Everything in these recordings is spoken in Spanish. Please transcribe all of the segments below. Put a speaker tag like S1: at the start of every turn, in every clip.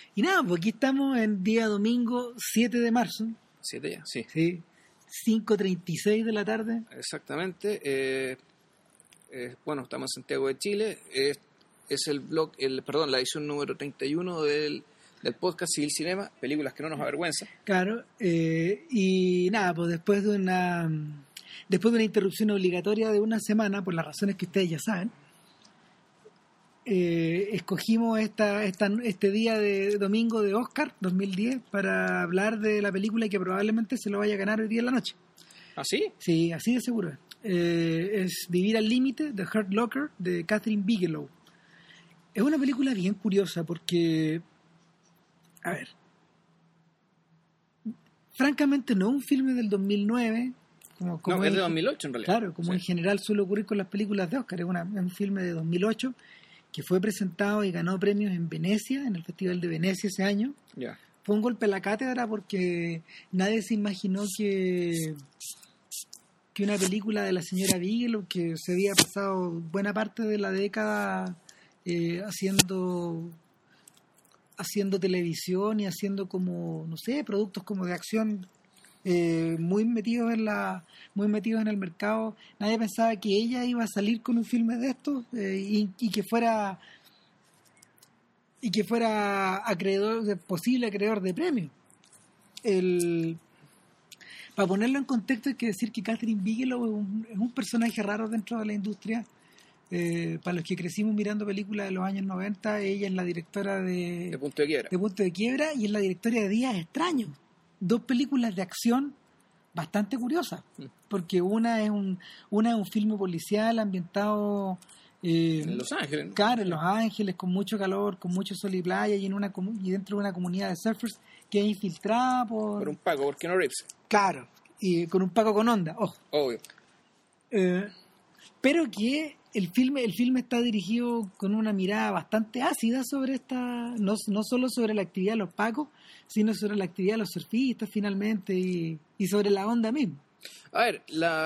S1: Y nada, pues aquí estamos en día domingo 7 de marzo.
S2: 7 ya, sí.
S1: Sí. 5:36 de la tarde.
S2: Exactamente. Bueno, estamos en Santiago de Chile. Es la edición número 31 del podcast Civil Cinema, películas que no nos avergüenza.
S1: Claro. Y nada, pues después de una interrupción obligatoria de una semana, por las razones que ustedes ya saben, escogimos este día de domingo de Oscar 2010 para hablar de la película que probablemente se lo vaya a ganar hoy día en la noche.
S2: ¿Ah, sí?
S1: Sí, así de seguro. Es Vivir al Límite, The Hurt Locker, de Catherine Bigelow. Es una película bien curiosa porque, a ver, francamente no es un filme del 2009.
S2: No, es de 2008 en realidad.
S1: Claro, como sí. En general suele ocurrir con las películas de Oscar. Es un filme de 2008 que fue presentado y ganó premios en Venecia, en el Festival de Venecia ese año.
S2: Yeah.
S1: Fue un golpe a la cátedra porque nadie se imaginó que una película de la señora Bigelow, que se había pasado buena parte de la década haciendo televisión y haciendo como, no sé, productos como de acción muy metidos en el mercado. Nadie pensaba que ella iba a salir con un filme de estos y que fuera posible acreedor de premios. Para ponerlo en contexto hay que decir que Catherine Bigelow es un personaje raro dentro de la industria. Para los que crecimos mirando películas de los años 90, ella es la directora de
S2: Punto de Quiebra
S1: y es la directora de Días Extraños, dos películas de acción bastante curiosas, porque una es un filme policial ambientado
S2: en Los Ángeles, ¿no?
S1: Claro, en Los Ángeles, con mucho calor, con mucho sol y playa, y dentro de una comunidad de surfers que es infiltrada por
S2: un Paco, ¿por qué no Reeves?
S1: Claro, y con un Paco con onda, ojo.
S2: Obvio.
S1: Pero que el filme está dirigido con una mirada bastante ácida sobre esta, no solo sobre la actividad de los Pacos, sino sobre la actividad de los surfistas finalmente y sobre la onda misma.
S2: A ver,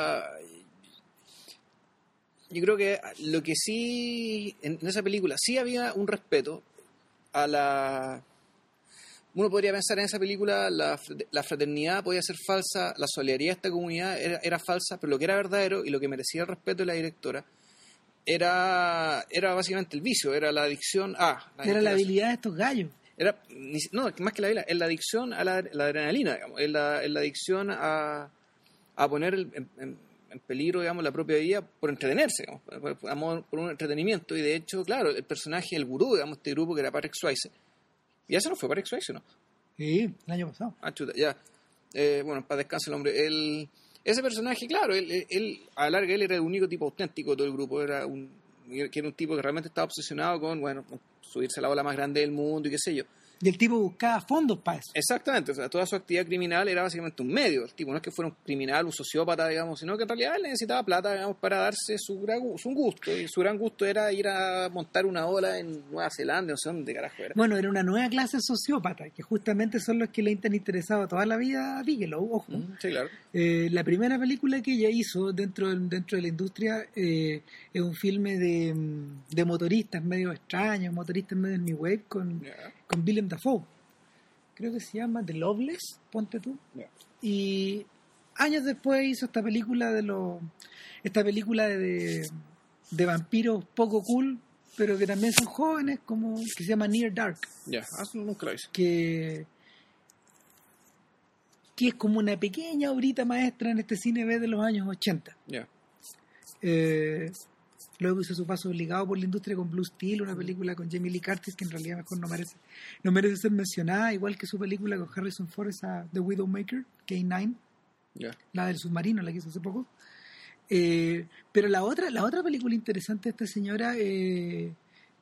S2: yo creo que lo que sí en esa película sí había un respeto a la... Uno podría pensar en esa película la fraternidad podía ser falsa, la solidaridad de esta comunidad era falsa, pero lo que era verdadero y lo que merecía el respeto de la directora era básicamente el vicio, era la adicción a...
S1: Era la habilidad de estos gallos.
S2: No, más que la habilidad, es la adicción a la adrenalina, digamos, es la adicción a poner en peligro, digamos, la propia vida por entretenerse, digamos, por un entretenimiento. Y de hecho, claro, el personaje, el gurú, digamos, este grupo que era Patrick Swayze, ¿ya se nos fue Patrick Swayze, no?
S1: Sí, el año pasado.
S2: Ah, chuta, ya. Bueno, para descanso el hombre. Ese personaje, claro, él a la larga él era el único tipo auténtico de todo el grupo, era un tipo que realmente estaba obsesionado con subirse a la ola más grande del mundo y qué sé yo.
S1: Y el tipo buscaba fondos para eso.
S2: Exactamente, o sea, toda su actividad criminal era básicamente un medio. El tipo no es que fuera un criminal, un sociópata, digamos, sino que en realidad él necesitaba plata, digamos, para darse su gusto. Y su gran gusto era ir a montar una ola en Nueva Zelanda, no sé dónde carajo era.
S1: Bueno, era una nueva clase de sociópata, que justamente son los que le han interesado toda la vida a Bigelow, ojo.
S2: Sí, claro.
S1: La primera película que ella hizo dentro de la industria es un filme de motoristas medio extraños, motoristas medio New Wave con Willem Dafoe. Creo que se llama The Loveless, ponte tú.
S2: Yeah.
S1: Y años después hizo esta película de vampiros poco cool, pero que también son jóvenes, como que se llama Near Dark.
S2: Ya, nunca lo hice.
S1: Que es como una pequeña obrita maestra en este cine B de los años 80.
S2: Ya.
S1: Luego hizo su paso obligado por la industria con Blue Steel, una película con Jamie Lee Curtis que en realidad mejor no merece ser mencionada, igual que su película con Harrison Ford, esa The Widowmaker, K9, la del submarino, la que hizo hace poco. Pero la otra película interesante de esta señora es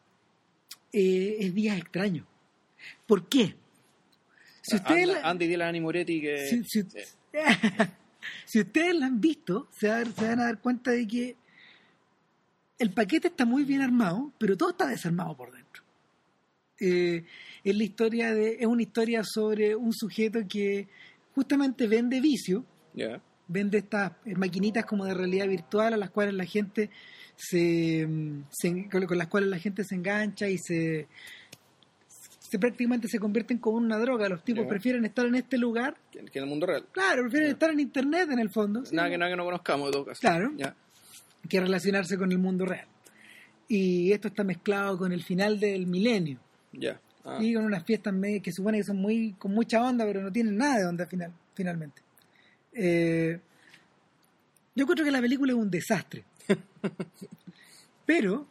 S1: Días Extraños. ¿Por qué? Si ustedes
S2: Andy Dylan y Moretti que...
S1: Si ustedes la han visto, se van a dar cuenta de que el paquete está muy bien armado, pero todo está desarmado por dentro. Es una historia sobre un sujeto que justamente vende vicio, vende estas maquinitas como de realidad virtual a las cuales la gente con las cuales la gente se engancha y se prácticamente se convierten como en una droga. Los tipos prefieren estar en este lugar
S2: que en el mundo real.
S1: Claro, prefieren estar en internet en el fondo.
S2: Nada que no conozcamos en todo caso.
S1: Claro,
S2: Ya.
S1: que relacionarse con el mundo real. Y esto está mezclado con el final del milenio.
S2: Ya.
S1: Y con unas fiestas que supone que son con mucha onda, pero no tienen nada de onda finalmente. Yo creo que la película es un desastre. pero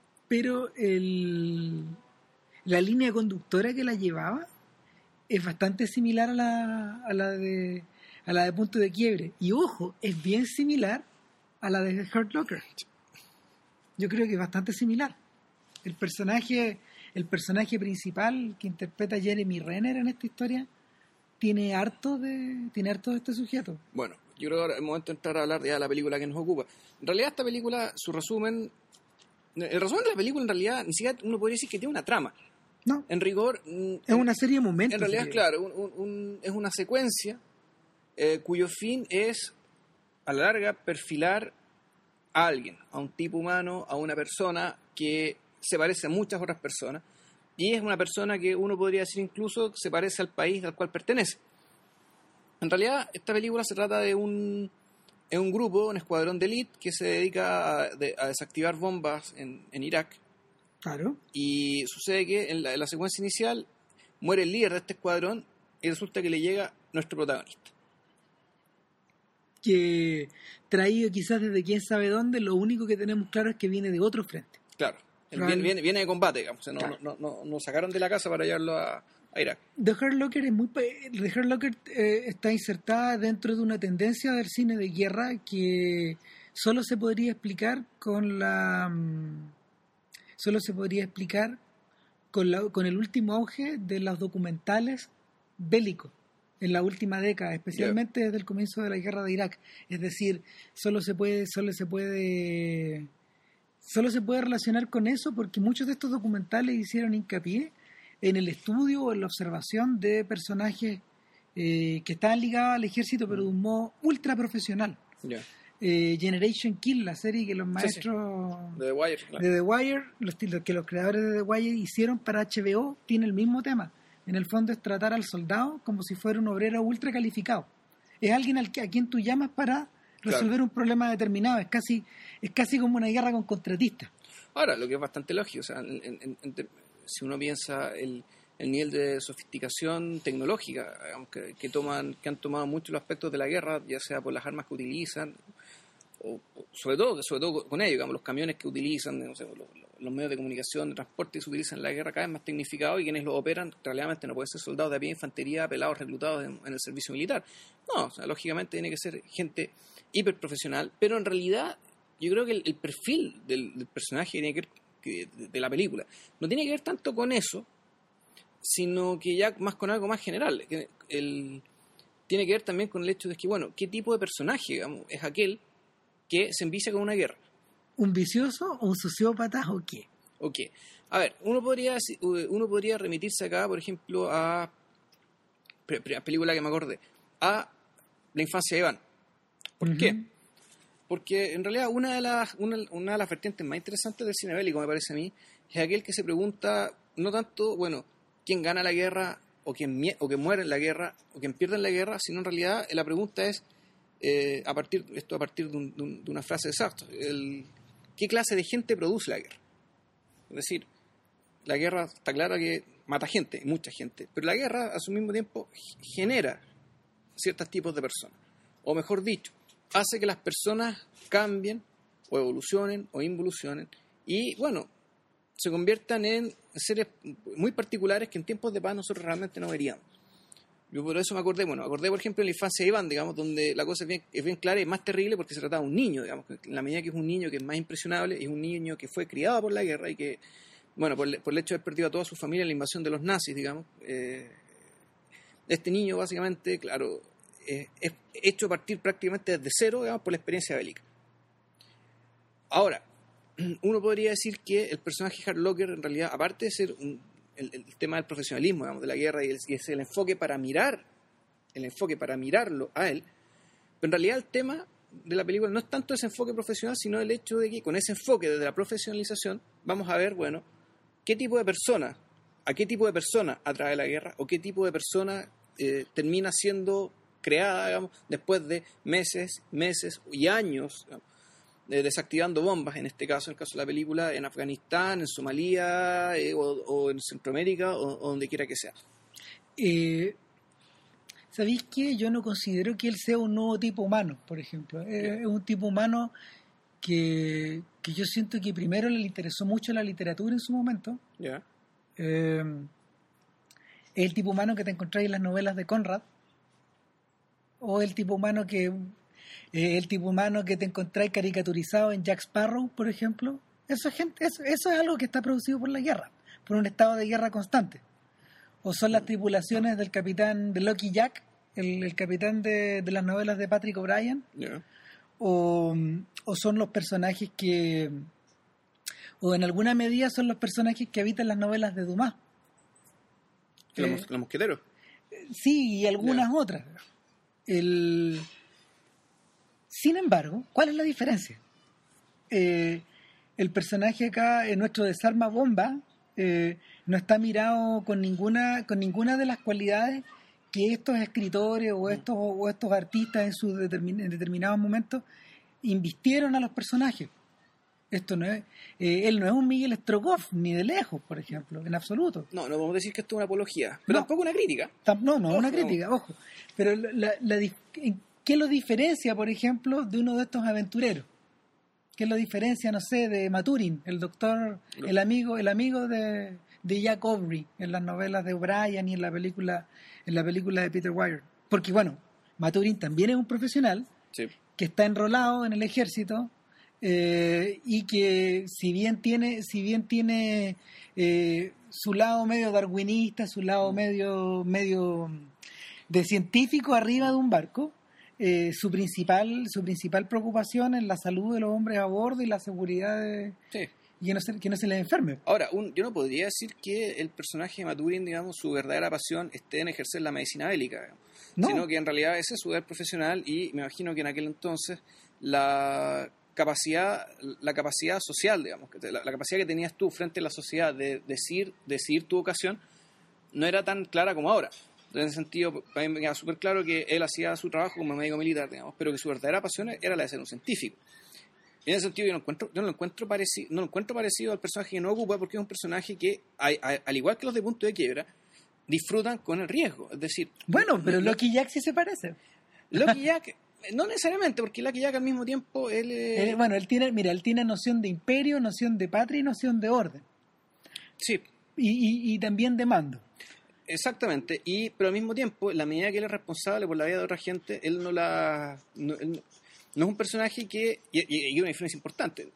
S1: la línea conductora que la llevaba es bastante similar a la de Punto de Quiebre. Y ojo, es bien similar a la de Hurt Locker. Yo creo que es bastante similar. El personaje principal que interpreta Jeremy Renner en esta historia tiene harto de este sujeto.
S2: Bueno, yo creo que ahora es el momento de entrar a hablar ya de la película que nos ocupa. En realidad esta película, el resumen de la película en realidad ni siquiera uno podría decir que tiene una trama.
S1: No.
S2: En rigor...
S1: Es una serie de momentos.
S2: En realidad, claro, es una secuencia cuyo fin es, a la larga, perfilar a alguien, a un tipo humano, a una persona que se parece a muchas otras personas, y es una persona que uno podría decir incluso se parece al país al cual pertenece. En realidad, esta película se trata de un grupo, un escuadrón de élite que se dedica a desactivar bombas en Irak.
S1: Claro.
S2: Y sucede que en la secuencia inicial muere el líder de este escuadrón y resulta que le llega nuestro protagonista.
S1: Que traído quizás desde quién sabe dónde, lo único que tenemos claro es que viene de otro frente.
S2: Claro, viene de combate, digamos. O sea, no sacaron de la casa para llevarlo a Irak.
S1: The Hurt Locker está insertada dentro de una tendencia del cine de guerra que solo se podría explicar con el último auge de los documentales bélicos en la última década, especialmente desde el comienzo de la guerra de Irak. Es decir, solo se puede relacionar con eso porque muchos de estos documentales hicieron hincapié en el estudio o en la observación de personajes que estaban ligados al ejército, pero de un modo ultra profesional. Generation Kill, la serie que los maestros
S2: de
S1: The Wire, los creadores de The Wire hicieron para HBO, tiene el mismo tema. En el fondo es tratar al soldado como si fuera un obrero ultra calificado. Es alguien a quien tú llamas para resolver un problema determinado. Es casi como una guerra con contratistas.
S2: Ahora, lo que es bastante lógico, o sea, si uno piensa el nivel de sofisticación tecnológica, digamos, que han tomado muchos los aspectos de la guerra, ya sea por las armas que utilizan, o sobre todo con ellos, digamos, los camiones que utilizan, no sé, los medios de comunicación, de transporte que se utilizan en la guerra cada vez más tecnificados, y quienes los operan realmente no pueden ser soldados de a pie de infantería, pelados, reclutados en el servicio militar. No, o sea, lógicamente tiene que ser gente hiperprofesional, pero en realidad yo creo que el perfil del personaje tiene que ver, de la película, no tiene que ver tanto con eso, sino que ya más con algo más general. Tiene que ver también con el hecho de que, bueno, ¿qué tipo de personaje, digamos, es aquel que se envicia con una guerra?
S1: ¿Un vicioso o un sociópata o qué?
S2: Ok. A ver, uno podría remitirse acá, por ejemplo, a película que me acordé, a La infancia de Iván. ¿Por qué? Porque en realidad una de las vertientes más interesantes del cine bélico, me parece a mí, es aquel que se pregunta no tanto, bueno, quién gana la guerra o quién muere en la guerra o quién pierde en la guerra, sino en realidad la pregunta es a partir de una frase de Sartre, ¿qué clase de gente produce la guerra? Es decir, la guerra está clara que mata gente, mucha gente, pero la guerra a su mismo tiempo genera ciertos tipos de personas, o mejor dicho, hace que las personas cambien o evolucionen o involucionen y, bueno, se conviertan en seres muy particulares que en tiempos de paz nosotros realmente no veríamos. Yo por eso me acordé, por ejemplo, en La infancia de Iván, digamos, donde la cosa es bien clara y más terrible porque se trataba de un niño, digamos, en la medida que es un niño que es más impresionable, es un niño que fue criado por la guerra y que, bueno, por el hecho de haber perdido a toda su familia en la invasión de los nazis, digamos, este niño básicamente, claro, es hecho a partir prácticamente desde cero, digamos, por la experiencia bélica. Ahora, uno podría decir que el personaje Hurt Locker, en realidad, aparte de ser el tema del profesionalismo, digamos, de la guerra y es el enfoque para mirarlo a él, pero en realidad el tema de la película no es tanto ese enfoque profesional, sino el hecho de que con ese enfoque desde la profesionalización vamos a ver, bueno, qué tipo de persona a qué tipo de persona atrae la guerra o qué tipo de persona termina siendo creada, digamos, después de meses y años, digamos, desactivando bombas, en este caso, en el caso de la película, en Afganistán, en Somalia, o en Centroamérica, o donde quiera que sea.
S1: ¿Sabéis qué? Yo no considero que él sea un nuevo tipo humano, por ejemplo. Es un tipo humano que yo siento que primero le interesó mucho la literatura en su momento.
S2: Yeah.
S1: Es el tipo humano que te encontráis en las novelas de Conrad, o el tipo humano que te encontráis caricaturizado en Jack Sparrow, por ejemplo. Eso es algo que está producido por la guerra, por un estado de guerra constante. O son las tripulaciones del capitán de Lucky Jack, el capitán de las novelas de Patrick O'Brian.
S2: Yeah.
S1: O son los personajes o en alguna medida son los personajes que habitan las novelas de Dumas.
S2: Los mosqueteros.
S1: Sí, y algunas otras. Sin embargo, ¿cuál es la diferencia? El personaje acá, nuestro desarma bomba, no está mirado con ninguna de las cualidades que estos escritores o estos artistas en determinados momentos invistieron a los personajes. Esto no es, él no es un Miguel Strogoff ni de lejos, por ejemplo, en absoluto.
S2: No podemos decir que esto es una apología, pero tampoco una crítica.
S1: No, es una crítica, ojo. Pero ¿qué lo diferencia, por ejemplo, de uno de estos aventureros? ¿Qué lo diferencia, no sé, de Maturin, el doctor, no, el amigo de Jack Aubrey en las novelas de O'Brien y en la película de Peter Weir? Porque, bueno, Maturin también es un profesional, sí, que está enrolado en el ejército, y que si bien tiene su lado medio darwinista, su lado medio de científico arriba de un barco, su principal preocupación es la salud de los hombres a bordo y la seguridad y que no se les enferme.
S2: Ahora, yo no podría decir que el personaje de Maturin, digamos, su verdadera pasión esté en ejercer la medicina bélica, sino que en realidad ese es su deber profesional, y me imagino que en aquel entonces la capacidad social, digamos, la capacidad que tenías tú frente a la sociedad de decidir tu vocación no era tan clara como ahora. En ese sentido, para mí me queda súper claro que él hacía su trabajo como médico militar, digamos, pero que su verdadera pasión era la de ser un científico. Y en ese sentido yo no lo encuentro parecido al personaje que no ocupa, porque es un personaje que, al igual que los de Punto de Quiebra, disfrutan con el riesgo. Es decir,
S1: bueno, pero Lucky Jack sí se parece.
S2: Lucky Jack no necesariamente, porque Lucky Jack al mismo tiempo
S1: él tiene noción de imperio, noción de patria y noción de orden.
S2: Sí.
S1: Y también de mando.
S2: Exactamente, pero al mismo tiempo, en la medida que él es responsable por la vida de otra gente, él no es un personaje que, y una diferencia importante,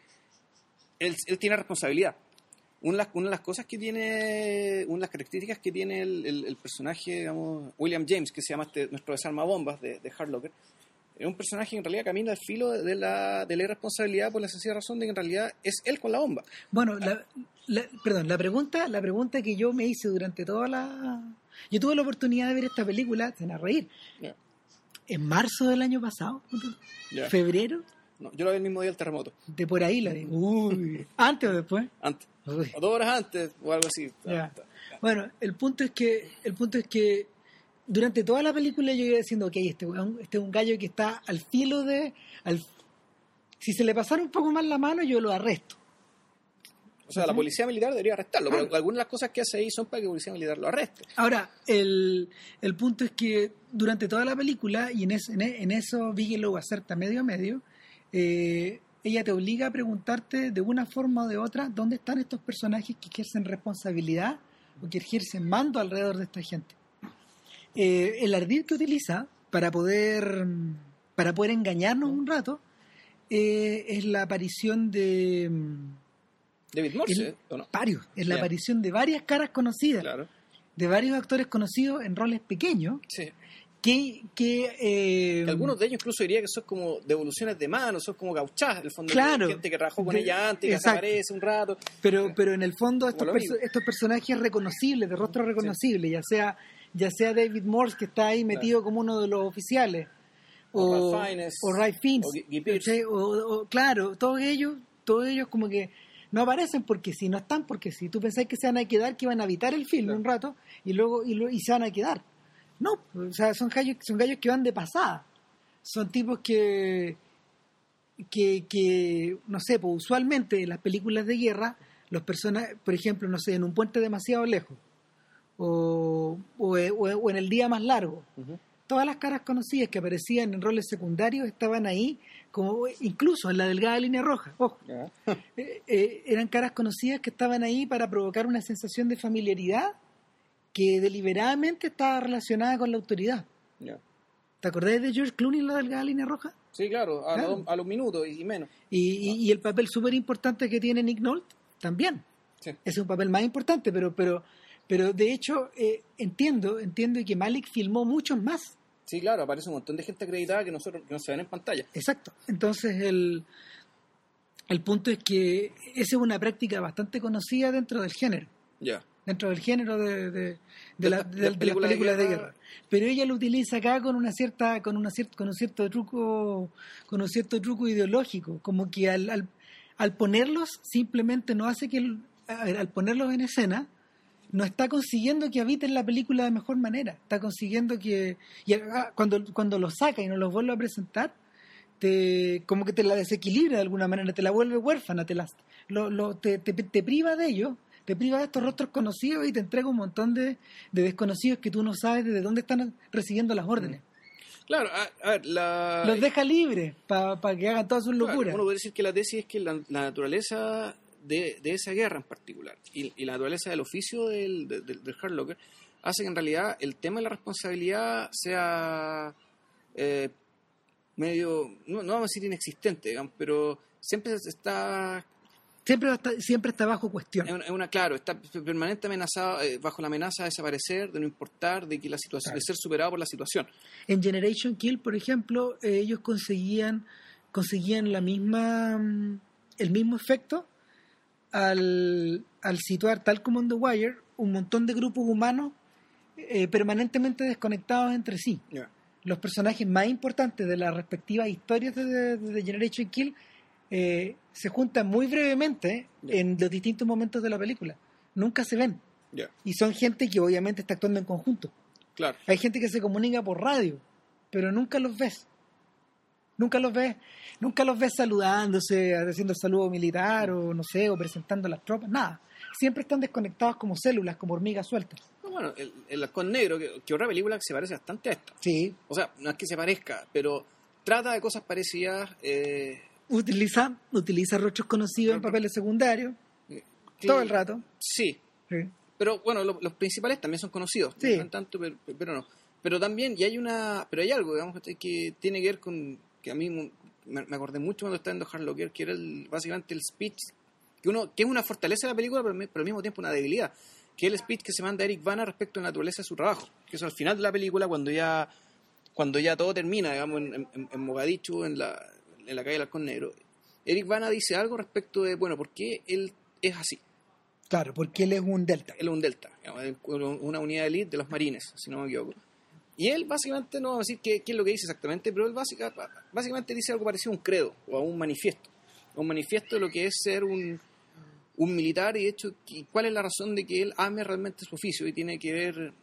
S2: él tiene responsabilidad. Una de las cosas que tiene, una de las características que tiene el personaje, digamos, William James, que se llama nuestro desarmabombas de Hardlocker, es un personaje que en realidad camina al filo de la irresponsabilidad, por la sencilla razón de que en realidad es él con la bomba.
S1: Bueno, la pregunta que yo me hice durante yo tuve la oportunidad de ver esta película, se van a reír, en marzo del año pasado, febrero.
S2: No, yo la vi el mismo día del terremoto.
S1: De por ahí la vi. Uy. ¿Antes o después?
S2: Antes. Uy. O 2 horas antes o algo así.
S1: Bueno, el punto es que durante toda la película yo iba diciendo, ok, este es un gallo que está al filo si se le pasara un poco más la mano, yo lo arresto.
S2: O sea, la policía militar debería arrestarlo, pero algunas de las cosas que hace ahí son para que la policía militar lo arreste.
S1: Ahora, el punto es que durante toda la película, y en eso Bigelow acerta medio a medio, ella te obliga a preguntarte de una forma o de otra dónde están estos personajes que ejercen responsabilidad o que ejercen mando alrededor de esta gente. El ardid que utiliza para poder engañarnos un rato es la aparición de
S2: David Morse, ¿o no?
S1: Es la aparición de varias caras conocidas,
S2: claro,
S1: de varios actores conocidos en roles pequeños,
S2: sí,
S1: que
S2: algunos de ellos incluso diría que son como devoluciones de mano, son como gauchas, en el fondo,
S1: claro,
S2: gente que trabajó con ella antes, que desaparece un rato.
S1: Pero en el fondo estos personajes reconocibles, de rostro reconocible, sí, ya sea David Morse, que está ahí metido como uno de los oficiales, o Ralph Fiennes,
S2: o Guy Pearce.
S1: Claro, todos ellos como que No aparecen porque sí, no están porque sí. Tú pensás que se van a quedar, que van a habitar el film un rato y se van a quedar. No, o sea, son gallos que van de pasada. Son tipos que no sé, pues usualmente en las películas de guerra, los personajes, por ejemplo, no sé, en un puente demasiado lejos o en el día más largo, todas las caras conocidas que aparecían en roles secundarios estaban ahí, como incluso en la delgada línea roja. Ojo, eran caras conocidas que estaban ahí para provocar una sensación de familiaridad que deliberadamente estaba relacionada con la autoridad. ¿Te acordás de George Clooney en la delgada línea roja?
S2: Sí, claro, a los minutos y menos.
S1: Y el papel súper importante que tiene Nick Nolte también.
S2: Sí.
S1: Es un papel más importante, pero de hecho entiendo que Malick filmó muchos más.
S2: Sí, claro, aparece un montón de gente acreditada que no se ven en pantalla.
S1: Exacto. Entonces el punto es que esa es una práctica bastante conocida dentro del género.
S2: Ya.
S1: Dentro del género de las películas de guerra. Pero ella lo utiliza acá con un cierto truco ideológico, como que al ponerlos simplemente no hace que al ponerlos en escena no está consiguiendo que habiten la película de mejor manera, está consiguiendo que cuando los saca y no los vuelve a presentar, como que te la desequilibra de alguna manera, te la vuelve huérfana, te priva de ellos. Te priva de estos rostros conocidos y te entrega un montón de desconocidos que tú no sabes desde dónde están recibiendo las órdenes.
S2: Claro, a ver,
S1: los deja libres para que hagan todas sus locuras.
S2: Uno puede decir que la tesis es que la naturaleza de esa guerra en particular y la naturaleza del oficio del Hurt Locker hace que en realidad el tema de la responsabilidad sea medio, no vamos a decir inexistente, digamos, pero siempre está
S1: bajo cuestión.
S2: Claro, está permanentemente amenazado, bajo la amenaza de desaparecer, de no importar, de que la situación, claro, de ser superado por la situación.
S1: En Generation Kill, por ejemplo, ellos conseguían el mismo efecto al situar, tal como en The Wire, un montón de grupos humanos permanentemente desconectados entre sí.
S2: Yeah.
S1: Los personajes más importantes de las respectivas historias de Generation Kill se juntan muy brevemente en los distintos momentos de la película. Nunca se ven. Y son gente que obviamente está actuando en conjunto.
S2: Claro.
S1: Hay gente que se comunica por radio, pero nunca los ves. Nunca los ves saludándose, haciendo el saludo militar o no sé, o presentando las tropas, nada. Siempre están desconectados como células, como hormigas sueltas.
S2: Bueno, el Halcón Negro, que otra película que se parece bastante a esta.
S1: Sí.
S2: O sea, no es que se parezca, pero trata de cosas parecidas.
S1: Utiliza rostros conocidos en papeles secundarios todo el rato.
S2: Sí. Pero bueno, los principales también son conocidos.
S1: Sí.
S2: No tanto, pero no. Pero también, pero hay algo, digamos, que tiene que ver con, que a mí me acordé mucho cuando estaba en The Hurt Locker, que era básicamente el speech, que es una fortaleza de la película, pero al mismo tiempo una debilidad, que es el speech que se manda Eric Bana respecto a la naturaleza de su trabajo, que eso al final de la película, cuando ya todo termina, digamos, en Mogadischu, en la calle del Halcón Negro, Eric Bana dice algo respecto de, bueno, ¿por qué él es así?
S1: Claro, porque él es un delta.
S2: Él es un delta, digamos, una unidad de élite de los marines, si no me equivoco. Y él básicamente, no vamos a decir qué es lo que dice exactamente, pero él básicamente dice algo parecido a un credo o a un manifiesto. Un manifiesto de lo que es ser un militar y de hecho, cuál es la razón de que él ame realmente su oficio y tiene que ver... Él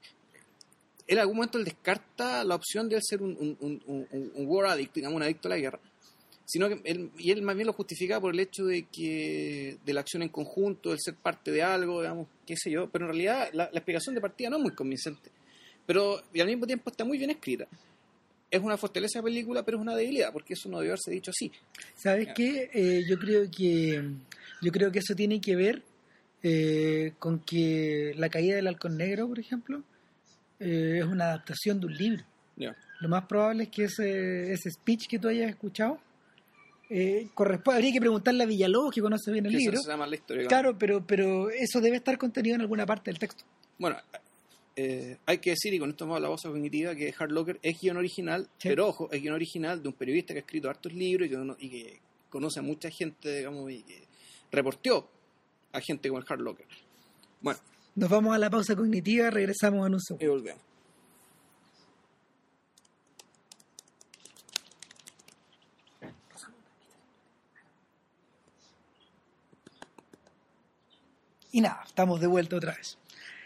S2: en algún momento él descarta la opción de él ser un war addict, digamos, un adicto a la guerra, sino que él más bien lo justifica por el hecho de la acción en conjunto, el ser parte de algo, digamos, qué sé yo, pero en realidad la explicación de partida no es muy convincente, pero y al mismo tiempo está muy bien escrita. Es una fortaleza de la película, pero es una debilidad, porque eso no debe haberse dicho así.
S1: ¿Sabes qué? Yo creo que eso tiene que ver con que La caída del Halcón Negro, por ejemplo, es una adaptación de un libro.
S2: Yeah.
S1: Lo más probable es que ese speech que tú hayas escuchado habría que preguntarle a Villalobos, que conoce bien el libro.
S2: Se llama la historia,
S1: claro, pero eso debe estar contenido en alguna parte del texto.
S2: Bueno, hay que decir, y con esto vamos a la voz cognitiva, que Hurt Locker es guión original, sí. Pero ojo, es guión original de un periodista que ha escrito hartos libros y que conoce a mucha gente, digamos, y que reporteó a gente como el Hurt Locker. Bueno.
S1: Nos vamos a la pausa cognitiva, regresamos en un segundo.
S2: Y volvemos.
S1: Y nada, estamos de vuelta otra vez.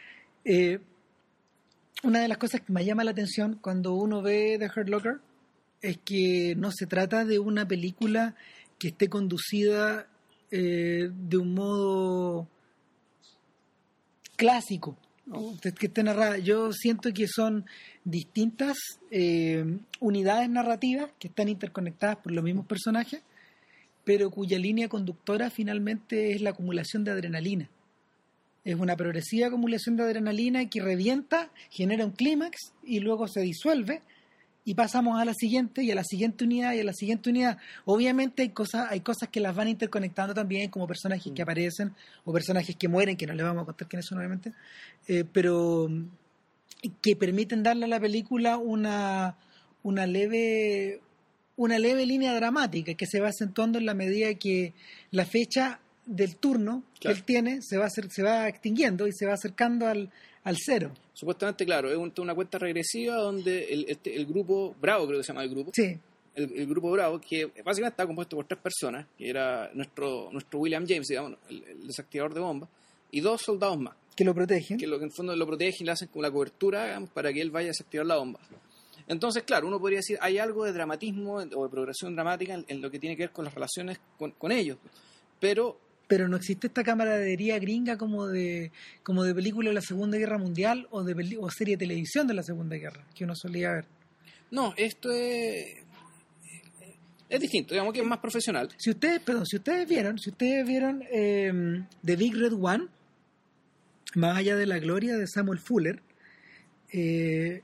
S1: Una de las cosas que me llama la atención cuando uno ve The Hurt Locker es que no se trata de una película que esté conducida de un modo clásico, ¿no? Que esté narrada. Yo siento que son distintas unidades narrativas que están interconectadas por los mismos personajes, pero cuya línea conductora finalmente es la acumulación de adrenalina. Es una progresiva acumulación de adrenalina que revienta, genera un clímax y luego se disuelve y pasamos a la siguiente y a la siguiente unidad y a la siguiente unidad. Obviamente hay cosas que las van interconectando también, como personajes que aparecen o personajes que mueren, que no les vamos a contar quiénes son obviamente, pero que permiten darle a la película una leve línea dramática que se va acentuando en la medida que la fecha del turno que él tiene se va extinguiendo y se va acercando al cero.
S2: Supuestamente, claro, es una cuenta regresiva donde el grupo Bravo, creo que se llama el grupo.
S1: Sí.
S2: El grupo Bravo, que básicamente está compuesto por 3 personas, que era nuestro William James, digamos, el desactivador de bombas, y 2 soldados más.
S1: Que lo protegen.
S2: Que en el fondo lo protegen y le hacen como la cobertura, digamos, para que él vaya a desactivar la bomba. Entonces, claro, uno podría decir, hay algo de dramatismo o de progresión dramática en lo que tiene que ver con las relaciones con ellos. Pero
S1: no existe esta camaradería gringa como de película de la Segunda Guerra Mundial o serie de televisión de la Segunda Guerra que uno solía ver.
S2: No, esto es distinto, digamos que es más profesional.
S1: Si ustedes vieron The Big Red One, más allá de la gloria de Samuel Fuller, el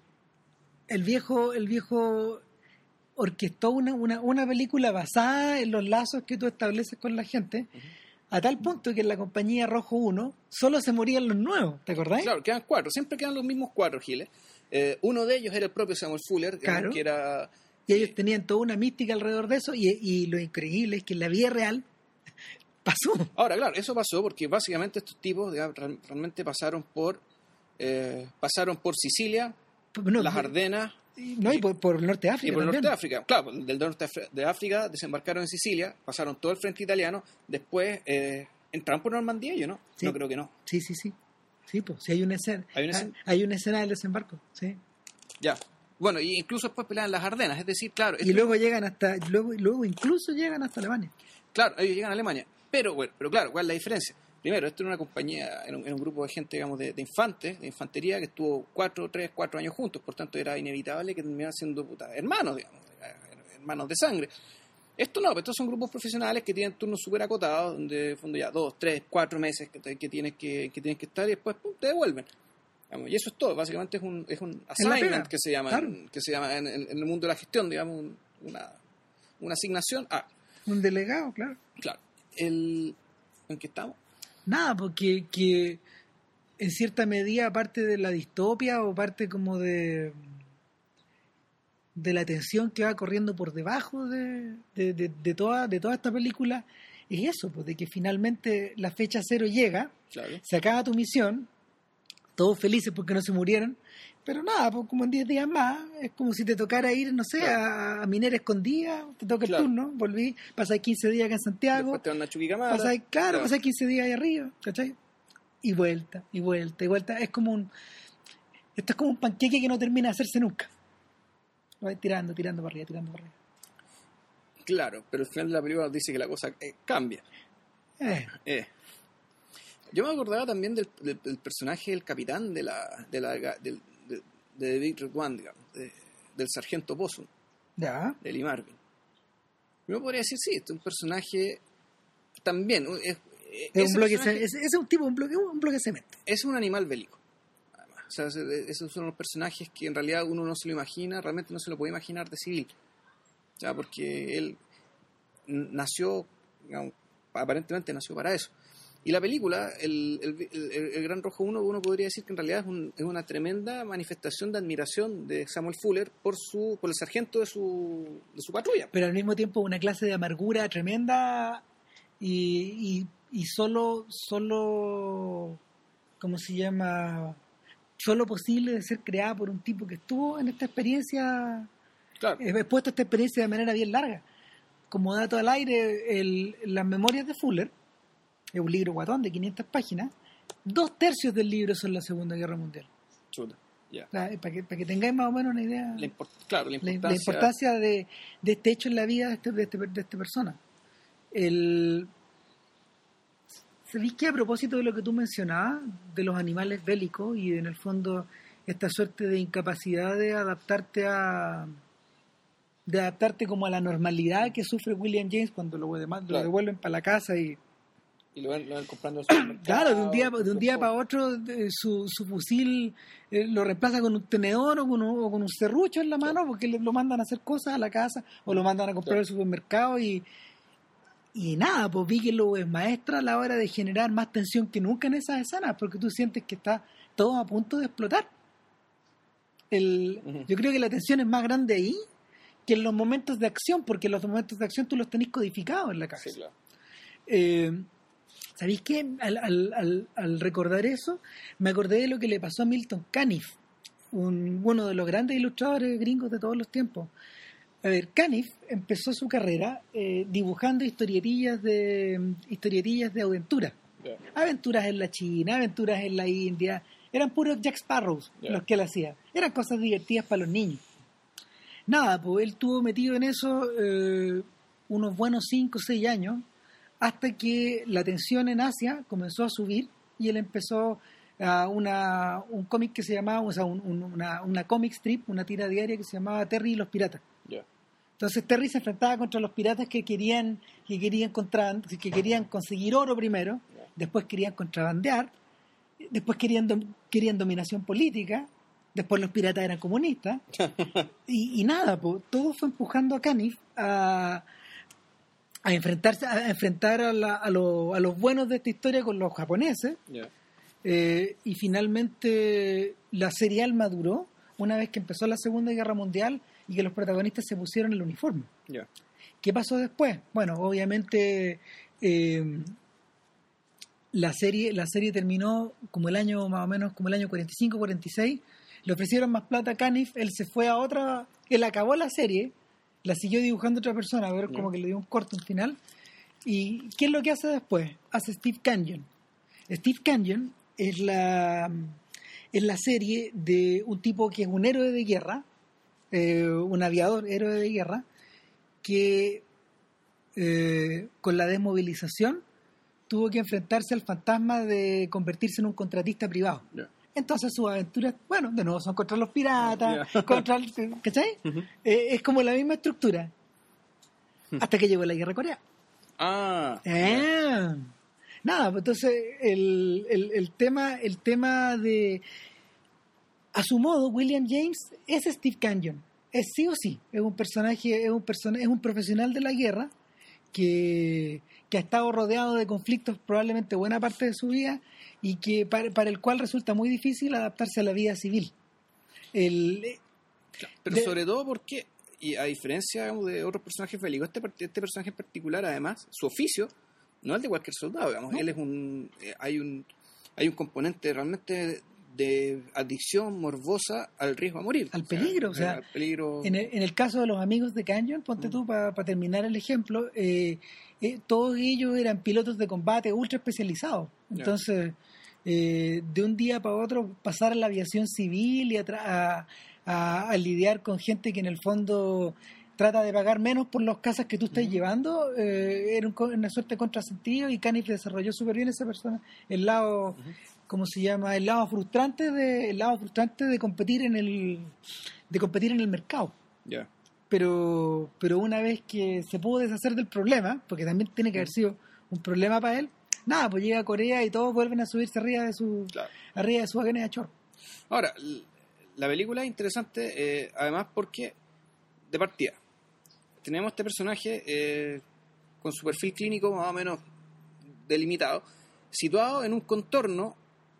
S1: viejo orquestó una película basada en los lazos que tú estableces con la gente. Uh-huh. A tal punto que en la compañía Rojo 1 solo se morían los nuevos, ¿te acordás?
S2: Claro, quedan 4, siempre quedan los mismos 4, Giles. Uno de ellos era el propio Samuel Fuller,
S1: claro.
S2: Que era...
S1: Y ellos tenían toda una mística alrededor de eso, y lo increíble es que en la vida real pasó.
S2: Ahora, claro, eso pasó porque básicamente estos tipos, digamos, realmente pasaron por Sicilia, las Ardenas...
S1: No, y por el norte de África.
S2: Y por el
S1: norte
S2: de África, claro, del norte de África desembarcaron en Sicilia, pasaron todo el frente italiano, después entraron por Normandía, yo no,
S1: sí.
S2: No creo que no.
S1: Sí, pues sí hay una escena. Hay una escena del desembarco, sí.
S2: Ya. Bueno, y incluso después pelean las Ardenas, es decir, claro.
S1: Y luego luego incluso llegan hasta Alemania.
S2: Claro, ellos llegan a Alemania, pero claro, ¿cuál es la diferencia? Primero, esto era una compañía, era un grupo de gente, digamos, de infantes, de infantería, que estuvo 4 años juntos, por tanto era inevitable que terminaran siendo hermanos, digamos, hermanos de sangre. Esto no, estos son grupos profesionales que tienen turnos súper acotados, donde de fondo ya 2, 3, 4 meses que tienes que estar y después te devuelven. Digamos, y eso es todo, básicamente es un assignment que se llama, claro. Que se llama en el mundo de la gestión, digamos, una asignación a...
S1: Un delegado, claro.
S2: Claro. ¿En qué estamos?
S1: Nada, porque que en cierta medida parte de la distopia o parte como de la tensión que va corriendo por debajo de toda esta película es eso, pues, de que finalmente la fecha cero llega,
S2: claro.
S1: Se acaba tu misión, todos felices porque no se murieron, pero nada, pues como en 10 días más, es como si te tocara ir, no sé, claro. a Minera Escondida, te toca el claro. turno, volví, pasáis 15 días acá en Santiago,
S2: después te van a Chuquicamata,
S1: pasáis 15 días ahí arriba, ¿cachai? Y vuelta, es como esto es como un panqueque que no termina de hacerse nunca. Lo vais tirando para arriba.
S2: Claro, pero al final de la película dice que la cosa cambia. Yo me acordaba también del personaje del capitán de The Big Red One, digamos, del sargento Possum,
S1: ¿ya?
S2: De Lee Marvin. Yo me podría decir, sí, este es un personaje también.
S1: Es un bloque de cemento.
S2: Es un animal bélico. Además. O sea, esos son los personajes que en realidad uno no se lo imagina, realmente no se lo puede imaginar de civil. Ya, porque él nació, digamos, aparentemente nació para eso. Y la película, el Gran Rojo 1, uno podría decir que en realidad es una tremenda manifestación de admiración de Samuel Fuller por el sargento de su patrulla.
S1: Pero al mismo tiempo una clase de amargura tremenda y solo ¿cómo se llama? Solo posible de ser creada por un tipo que estuvo en esta experiencia, claro. Expuesto a esta experiencia de manera bien larga. Como dato al aire, las memorias de Fuller, es un libro guatón de 500 páginas, 2/3 del libro son la Segunda Guerra Mundial.
S2: Chuta, ya.
S1: Para que tengáis más o menos una idea.
S2: Claro, la importancia,
S1: la importancia de este hecho en la vida de esta persona. ¿Sabéis que a propósito de lo que tú mencionabas, de los animales bélicos y en el fondo esta suerte de incapacidad de adaptarte como a la normalidad que sufre William James cuando lo devuelven para la casa y
S2: lo van comprando al supermercado?
S1: Claro, de un día para otro su fusil lo reemplaza con un tenedor o con un serrucho en la mano porque lo mandan a hacer cosas a la casa o lo mandan a comprar al supermercado y nada, pues Bigelow es maestra a la hora de generar más tensión que nunca en esas escenas porque tú sientes que está todo a punto de explotar. Yo creo que la tensión es más grande ahí que en los momentos de acción, porque los momentos de acción tú los tenés codificados en la cabeza. Sí, claro. ¿Sabéis qué? Al recordar eso, me acordé de lo que le pasó a Milton Caniff, uno de los grandes ilustradores gringos de todos los tiempos. A ver, Caniff empezó su carrera dibujando historietillas de aventura. Yeah. Aventuras en la China, aventuras en la India. Eran puros Jack Sparrows los que él hacía. Eran cosas divertidas para los niños. Nada, pues él estuvo metido en eso unos buenos 5 o 6 años, hasta que la tensión en Asia comenzó a subir y él empezó un cómic que se llamaba, o sea, una comic strip, una tira diaria que se llamaba Terry y los Piratas. Yeah. Entonces Terry se enfrentaba contra los piratas que querían conseguir oro primero, yeah. Después querían contrabandear, después querían dominación política, después los piratas eran comunistas y nada, pues, todo fue empujando a Caniff a enfrentar a los buenos de esta historia con los japoneses. Yeah. Y finalmente la serial maduró una vez que empezó la Segunda Guerra Mundial y que los protagonistas se pusieron el uniforme. Yeah. ¿Qué pasó después? Bueno, obviamente la serie terminó como el año más o menos como el año 45-46. Le ofrecieron más plata a Caniff, él se fue a otra, él acabó la serie, la siguió dibujando otra persona, pero como que le dio un corte, un final. ¿Y qué es lo que hace después? Hace Steve Canyon. Steve Canyon es la serie de un tipo que es un héroe de guerra, un aviador, héroe de guerra, que con la desmovilización tuvo que enfrentarse al fantasma de convertirse en un contratista privado. Yeah. Entonces sus aventuras, bueno, de nuevo son contra los piratas, yeah. ¿Cachai? Uh-huh. Es como la misma estructura. Hasta que llegó la guerra de Corea.
S2: Yeah.
S1: Nada, pues entonces el tema de, a su modo, William James es Steve Canyon. Es sí o sí, es un profesional de la guerra que ha estado rodeado de conflictos probablemente buena parte de su vida y que para el cual resulta muy difícil adaptarse a la vida civil.
S2: Pero sobre todo porque, y a diferencia de otros personajes bélicos, este personaje en particular, además, su oficio no es el de cualquier soldado, digamos. ¿No? Él es hay un componente realmente de adicción morbosa al riesgo a morir.
S1: Al peligro, o sea, al peligro. En el caso de los amigos de Canyon, ponte tú para terminar el ejemplo, todos ellos eran pilotos de combate ultra especializados. Entonces, de un día para otro pasar a la aviación civil y a lidiar con gente que en el fondo trata de pagar menos por los casas que tú estás llevando, era una suerte de contrasentido, y Caniff desarrolló súper bien esa persona, el lado... ¿Cómo se llama? El lado frustrante de competir en el mercado.
S2: Yeah.
S1: Pero una vez que se pudo deshacer del problema, porque también tiene que haber sido un problema para él, nada, pues llega a Corea y todos vuelven a subirse arriba de sus aviones de chorro.
S2: Ahora, la película es interesante, además porque, de partida, tenemos este personaje con su perfil clínico más o menos delimitado, situado en un contorno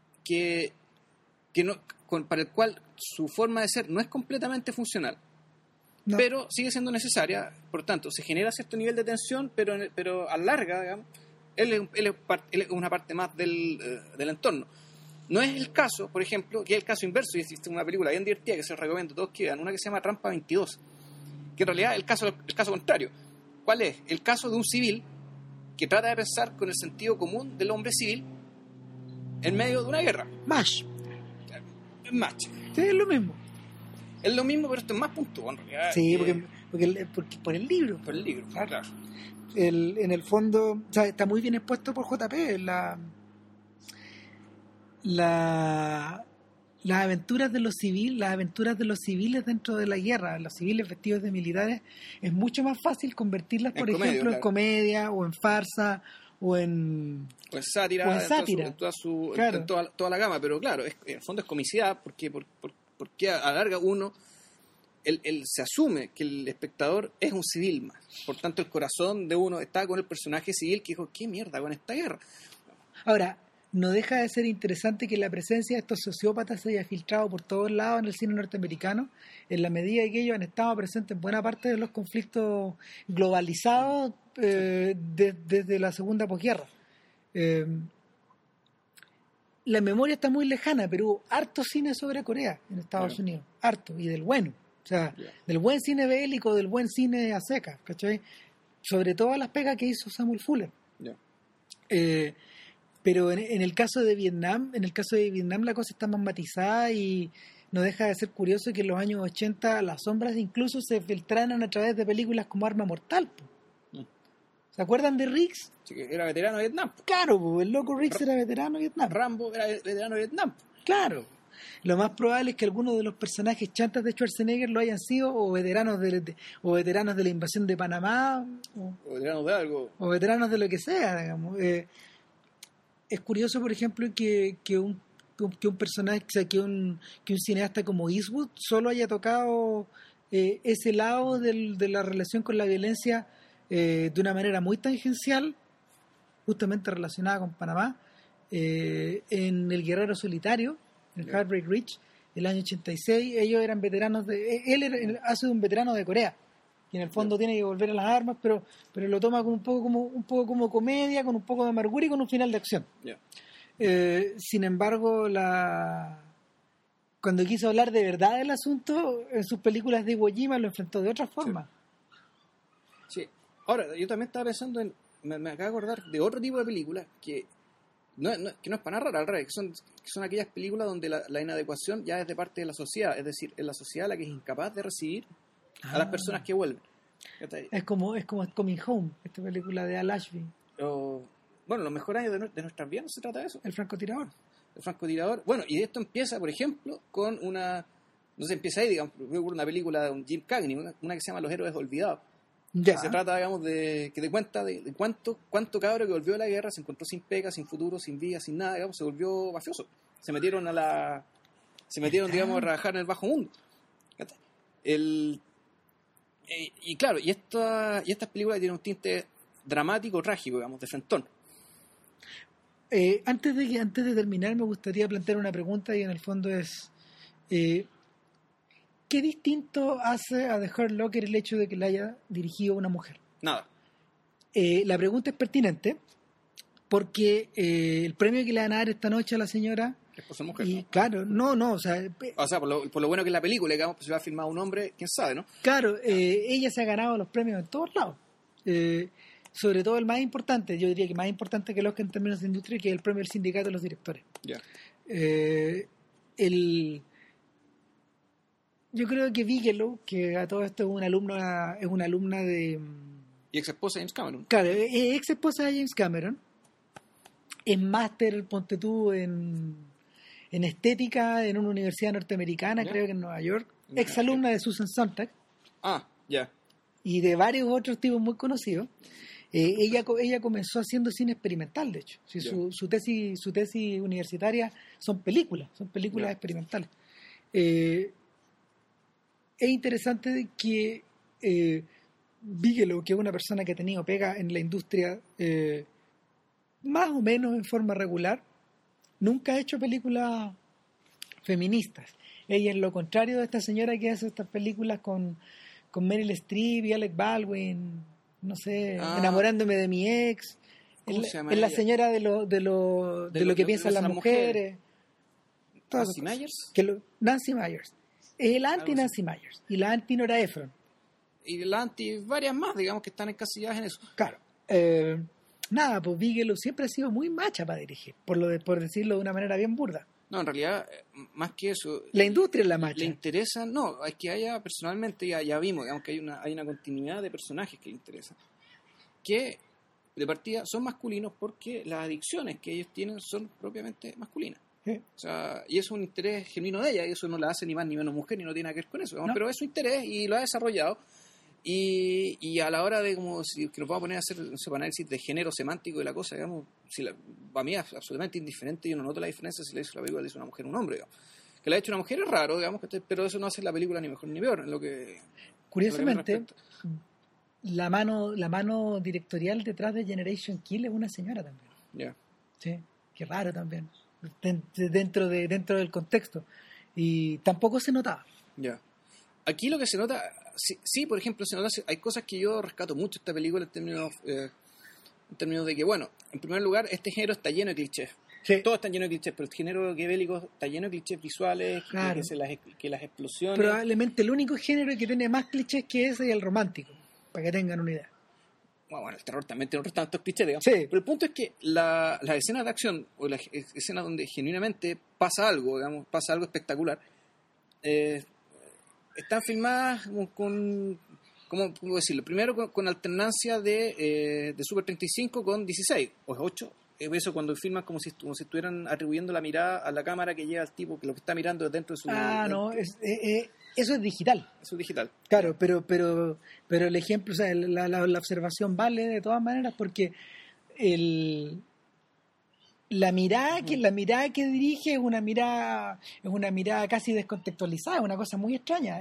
S2: para el cual su forma de ser no es completamente funcional, no. Pero sigue siendo necesaria. Por tanto, se genera cierto nivel de tensión, pero a larga, digamos, él es una parte más del entorno. No es el caso, por ejemplo, que es el caso inverso, y existe una película bien divertida que se recomiendo a todos que vean, una que se llama Rampa 22, que en realidad es el caso contrario. ¿Cuál es? El caso de un civil que trata de pensar con el sentido común del hombre civil, en medio de una guerra.
S1: MASH.
S2: Es MASH.
S1: Sí, es lo mismo.
S2: Es lo mismo, pero esto es más puntual, en realidad.
S1: Sí, porque por el libro.
S2: Por el libro, claro.
S1: En el fondo, o sea, está muy bien expuesto por JP. Las aventuras de los civiles dentro de la guerra, los civiles vestidos de militares, es mucho más fácil convertirlas, por ejemplo, en comedia o en farsa o en
S2: sátira,
S1: en
S2: toda la gama, pero claro, en el fondo es comicidad porque a la larga uno se asume que el espectador es un civil más, por tanto el corazón de uno está con el personaje civil que dijo, ¿qué mierda con esta guerra?
S1: Ahora, no deja de ser interesante que la presencia de estos sociópatas se haya filtrado por todos lados en el cine norteamericano, en la medida que ellos han estado presentes en buena parte de los conflictos globalizados desde la segunda posguerra. La memoria está muy lejana, pero hubo harto cine sobre Corea en Estados Unidos, harto, y del bueno, o sea, del buen cine bélico, del buen cine a secas, ¿cachai? Sobre todo las pegas que hizo Samuel Fuller. Pero en el caso de Vietnam, la cosa está más matizada y no deja de ser curioso que en los años 80 las sombras incluso se filtraran a través de películas como Arma Mortal. ¿Se acuerdan de Riggs?
S2: Sí, que era veterano de Vietnam.
S1: Claro, el loco Riggs era veterano de Vietnam.
S2: Rambo era veterano de Vietnam.
S1: Claro. Lo más probable es que algunos de los personajes chantas de Schwarzenegger lo hayan sido o veteranos de la invasión de Panamá
S2: o veteranos de algo.
S1: O veteranos de lo que sea, digamos. Es curioso, por ejemplo, que un personaje, o sea, que un cineasta como Eastwood solo haya tocado ese lado de la relación con la violencia de una manera muy tangencial, justamente relacionada con Panamá, en El Guerrero Solitario, en Heartbreak Ridge, el año 86. Ellos eran veteranos él hace de un veterano de Corea, que en el fondo tiene que volver a las armas, pero lo toma como un poco como comedia, con un poco de amargura y con un final de acción. Sin embargo, cuando quiso hablar de verdad del asunto, en sus películas de Iwo Jima lo enfrentó de otra forma.
S2: Sí. Ahora, yo también estaba pensando me acabo de acordar de otro tipo de películas que no es para nada rara, al revés, que son aquellas películas donde la inadecuación ya es de parte de la sociedad, es decir, es la sociedad la que es incapaz de recibir a las personas que vuelven.
S1: Es como Coming Home, esta película de Al Ashby.
S2: Los mejores años de nuestras vidas, ¿no se trata de eso?
S1: El francotirador.
S2: Bueno, y esto empieza, por ejemplo, con empieza ahí, digamos, una película de un Jim Cagney, una que se llama Los Héroes Olvidados. Se trata, digamos, que te cuenta de cuánto cabro que volvió de la guerra se encontró sin pega, sin futuro, sin vida, sin nada, digamos, se volvió mafioso. Se metieron, digamos, a trabajar en el bajo mundo. Y claro, y estas películas tienen un tinte dramático, trágico, digamos, de frentón.
S1: Antes de terminar, me gustaría plantear una pregunta y en el fondo es ¿qué distinto hace a The Hurt Locker el hecho de que la haya dirigido una mujer?
S2: Nada.
S1: La pregunta es pertinente porque el premio que le van a dar esta noche a la señora
S2: es por ser mujer,
S1: y
S2: ¿no?
S1: Claro, o sea
S2: por lo bueno que es la película, digamos, pues si va a filmar un hombre, quién sabe, ¿no?
S1: Claro, ella se ha ganado los premios en todos lados. Sobre todo el más importante, yo diría que más importante que el Oscar en términos de industria, que es el premio del sindicato de los directores. Yo creo que Bigelow, que a todo esto es una alumna de...
S2: Y ex esposa de James Cameron.
S1: Claro, es ex esposa de James Cameron. Es máster, ponte tú, en estética en una universidad norteamericana, creo que en Nueva York. Ex alumna de Susan Sontag. Y de varios otros tipos muy conocidos. Ella comenzó haciendo cine experimental, de hecho. Su tesis universitaria son películas experimentales. Es interesante que Bigelow, que es una persona que ha tenido pega en la industria más o menos en forma regular, nunca ha hecho películas feministas. Ella es lo contrario de esta señora que hace estas películas con Meryl Streep y Alec Baldwin, no sé, Enamorándome de mi ex. Es la señora de lo que piensan las mujeres.
S2: Nancy Meyers.
S1: Nancy Meyers. Es el anti-Nancy Meyers y la anti-Nora Ephron.
S2: Y la anti varias más, digamos, que están encasilladas en eso.
S1: Claro. nada, pues Bigelow siempre ha sido muy macha para dirigir, por decirlo de una manera bien burda.
S2: No, en realidad, más que eso...
S1: La industria es la macha.
S2: Le interesa, no, es que haya personalmente, ya vimos, digamos que hay una continuidad de personajes que le interesan, que de partida son masculinos porque las adicciones que ellos tienen son propiamente masculinas.
S1: Sí.
S2: O sea, y es un interés genuino de ella, y eso no la hace ni más ni menos mujer, ni no tiene nada que ver con eso, digamos,
S1: No.
S2: pero es su interés y lo ha desarrollado. Y a la hora de, como si que nos vamos a poner a hacer un análisis de género semántico de la cosa, digamos, para mí es absolutamente indiferente, yo no noto la diferencia si le hizo la película, le hizo una mujer o un hombre, digamos. Que la ha hecho una mujer es raro, digamos, pero eso no hace la película ni mejor ni peor, en lo que...
S1: Curiosamente,
S2: en lo que me respecta.
S1: la mano directorial detrás de Generation Kill es una señora también.
S2: Ya.
S1: Sí, qué raro también, dentro del contexto. Y tampoco se notaba.
S2: Ya. Aquí lo que se nota, sí, por ejemplo, se nota, hay cosas que yo rescato mucho de esta película en términos de que, bueno, en primer lugar, este género está lleno de clichés.
S1: Sí.
S2: Todo está lleno de clichés, pero el género bélico está lleno de clichés visuales,
S1: Claro.
S2: que las explosiones...
S1: Probablemente el único género que tiene más clichés que ese es el romántico, para que tengan una idea.
S2: Bueno, el terror también tiene otros tantos clichés, digamos.
S1: Sí.
S2: Pero el punto es que las escenas de acción, o las escenas donde genuinamente pasa algo, digamos, pasa algo espectacular, están filmadas ¿cómo puedo decirlo? Primero con alternancia de Super 35 con 16 o 8. Eso cuando filman como si estuvieran atribuyendo la mirada a la cámara que lleva al tipo, que lo que está mirando es dentro de su...
S1: No, eso es digital.
S2: Eso es digital.
S1: Claro, pero el ejemplo, o sea, la observación vale de todas maneras porque la mirada que dirige es una mirada casi descontextualizada, es una cosa muy extraña,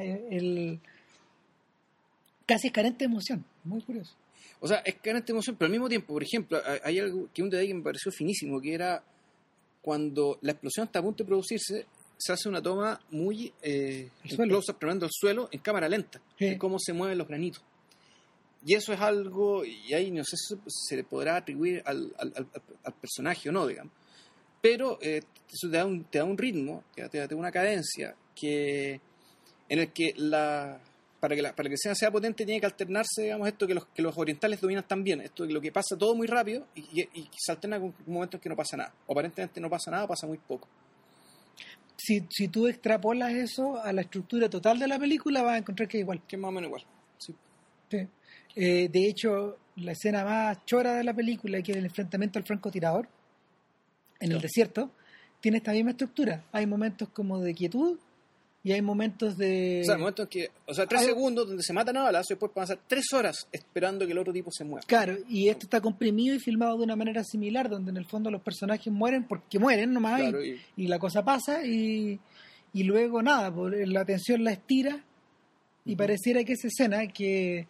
S1: casi es carente de emoción, muy curioso.
S2: O sea, es carente de emoción, pero al mismo tiempo, por ejemplo, hay algo que un detalle que me pareció finísimo, que era cuando la explosión está a punto de producirse, se hace una toma muy close-up, tremendo al suelo, en cámara lenta,
S1: Sí.
S2: de cómo se mueven los granitos. Y eso es algo, y ahí no sé si se le podrá atribuir al personaje o no, digamos. Pero eso te da un ritmo, te da una cadencia en el que para que la escena sea potente tiene que alternarse, digamos, esto que los orientales dominan tan bien, esto de lo que pasa todo muy rápido y se alterna con momentos en que no pasa nada. O aparentemente no pasa nada, pasa muy poco.
S1: Si tú extrapolas eso a la estructura total de la película, vas a encontrar que es igual.
S2: Que es más o menos igual. Sí.
S1: Sí. De hecho, la escena más chora de la película, que es el enfrentamiento al francotirador en el desierto, tiene esta misma estructura. Hay momentos como de quietud y hay momentos de...
S2: O sea, momentos que... O sea, 3 segundos donde se matan a balazo y después pasan 3 horas esperando que el otro tipo se mueva.
S1: Claro, y esto está comprimido y filmado de una manera similar, donde en el fondo los personajes mueren porque mueren nomás,
S2: Claro,
S1: y la cosa pasa y luego nada, la tensión la estira y pareciera que esa escena que...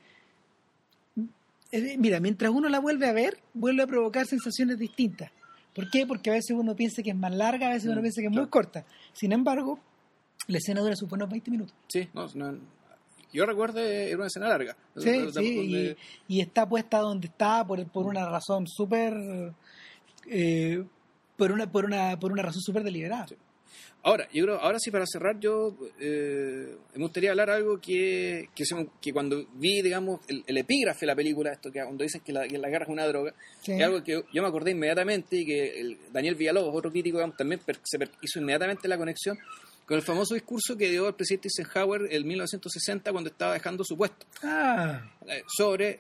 S1: Mira, mientras uno la vuelve a ver, vuelve a provocar sensaciones distintas. ¿Por qué? Porque a veces uno piensa que es más larga, a veces uno piensa que es muy corta. Sin embargo, la escena dura sus buenos 20 minutos.
S2: Sí, yo recuerdo era una escena larga.
S1: Sí, y está puesta donde está por una razón súper... por una razón súper deliberada. Sí.
S2: Ahora, yo creo, ahora sí, para cerrar, yo me gustaría hablar algo que cuando vi, digamos, el epígrafe de la película, esto que cuando dicen que la guerra es una droga, sí, es algo que yo me acordé inmediatamente y que Daniel Villalobos, otro crítico, digamos, también hizo inmediatamente la conexión con el famoso discurso que dio el presidente Eisenhower en 1960 cuando estaba dejando su puesto. Sobre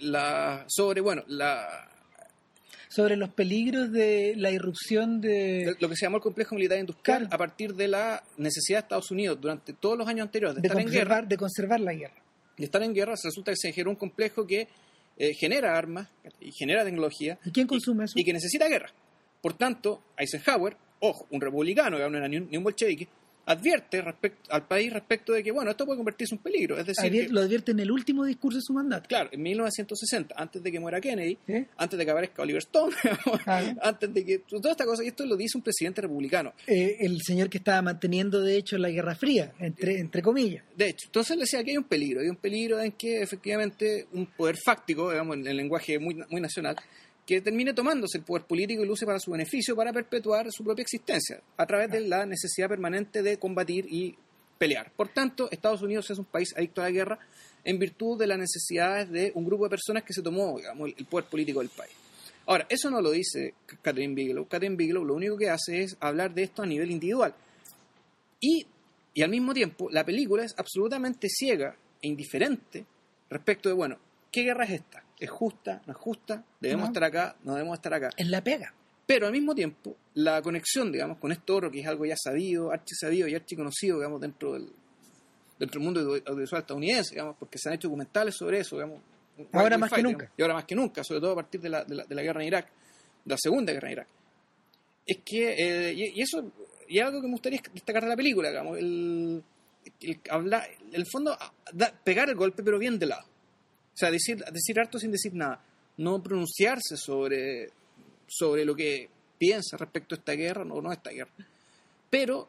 S1: los peligros de la irrupción de
S2: lo que se llamó el complejo militar industrial, claro, a partir de la necesidad de Estados Unidos durante todos los años anteriores de
S1: conservar la guerra.
S2: De estar en guerra, resulta que se generó un complejo que genera armas y genera tecnología.
S1: ¿Y quién consume eso?
S2: Y que necesita guerra. Por tanto, Eisenhower, ojo, un republicano, que no era ni un bolchevique, advierte al país respecto de que, bueno, esto puede convertirse en un peligro. Es decir,
S1: lo advierte en el último discurso de su mandato.
S2: Claro, en 1960, antes de que muera Kennedy, antes de que aparezca Oliver Stone, antes de que... Toda esta cosa, y esto lo dice un presidente republicano.
S1: El señor que estaba manteniendo, de hecho, la Guerra Fría, entre comillas.
S2: De hecho, entonces le decía que hay un peligro en que efectivamente un poder fáctico, digamos, en el lenguaje muy, muy nacional, que termine tomándose el poder político y lo use para su beneficio, para perpetuar su propia existencia, a través de la necesidad permanente de combatir y pelear. Por tanto, Estados Unidos es un país adicto a la guerra en virtud de las necesidades de un grupo de personas que se tomó, digamos, el poder político del país. Ahora, eso no lo dice Catherine Bigelow. Catherine Bigelow lo único que hace es hablar de esto a nivel individual. Y al mismo tiempo, la película es absolutamente ciega e indiferente respecto de, bueno, ¿qué guerra es esta? ¿Es justa? ¿No es justa? ¿Debemos estar acá? ¿No debemos estar acá?
S1: Es la pega.
S2: Pero al mismo tiempo, la conexión, digamos, con esto otro, que es algo ya sabido, archisabido y archiconocido, digamos, dentro del mundo audiovisual estadounidense, digamos, porque se han hecho documentales sobre eso, digamos.
S1: Ahora más que nunca.
S2: Digamos, y ahora más que nunca, sobre todo a partir de la guerra en Irak, de la segunda guerra en Irak. Es que, y eso, y algo que me gustaría destacar de la película, digamos, el hablar, en el fondo, pegar el golpe, pero bien de lado. O sea, decir harto sin decir nada. No pronunciarse sobre lo que piensa respecto a esta guerra, no a esta guerra. Pero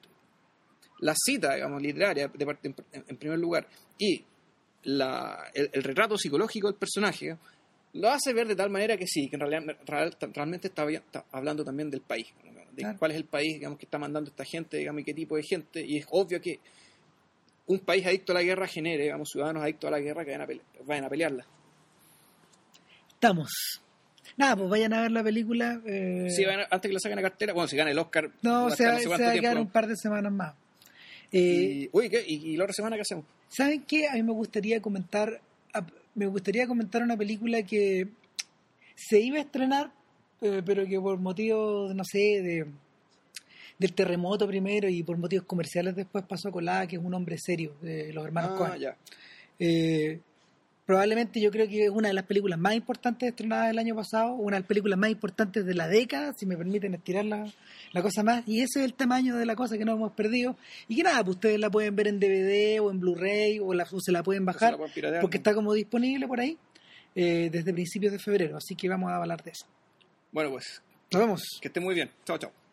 S2: la cita, digamos, literaria, en primer lugar, y el retrato psicológico del personaje, lo hace ver de tal manera que sí, que en realidad realmente está hablando también del país, de
S1: claro.
S2: Cuál es el país, digamos, que está mandando esta gente, digamos, y qué tipo de gente, y es obvio que un país adicto a la guerra genere, digamos, ciudadanos adictos a la guerra que vayan a pelearla.
S1: Estamos. Nada, pues vayan a ver la película.
S2: Sí, antes que la saquen a cartera, bueno, si gana el Oscar,
S1: no, se va a quedar un par de semanas más.
S2: ¿Y la otra semana qué hacemos?
S1: ¿Saben qué? A mí me gustaría comentar una película que se iba a estrenar, pero que por motivos, no sé, del terremoto primero y por motivos comerciales después pasó a colada, que es Un hombre serio, de los hermanos Coen.
S2: Ya.
S1: Probablemente yo creo que es una de las películas más importantes estrenadas el año pasado, una de las películas más importantes de la década, si me permiten estirar la cosa más, y ese es el tamaño de la cosa que nos hemos perdido, y que nada, pues ustedes la pueden ver en DVD o en Blu-ray o se la pueden bajar, porque está como disponible por ahí desde principios de febrero, así que vamos a hablar de eso.
S2: Bueno, pues
S1: nos vemos.
S2: Que esté muy bien. Chao, chao.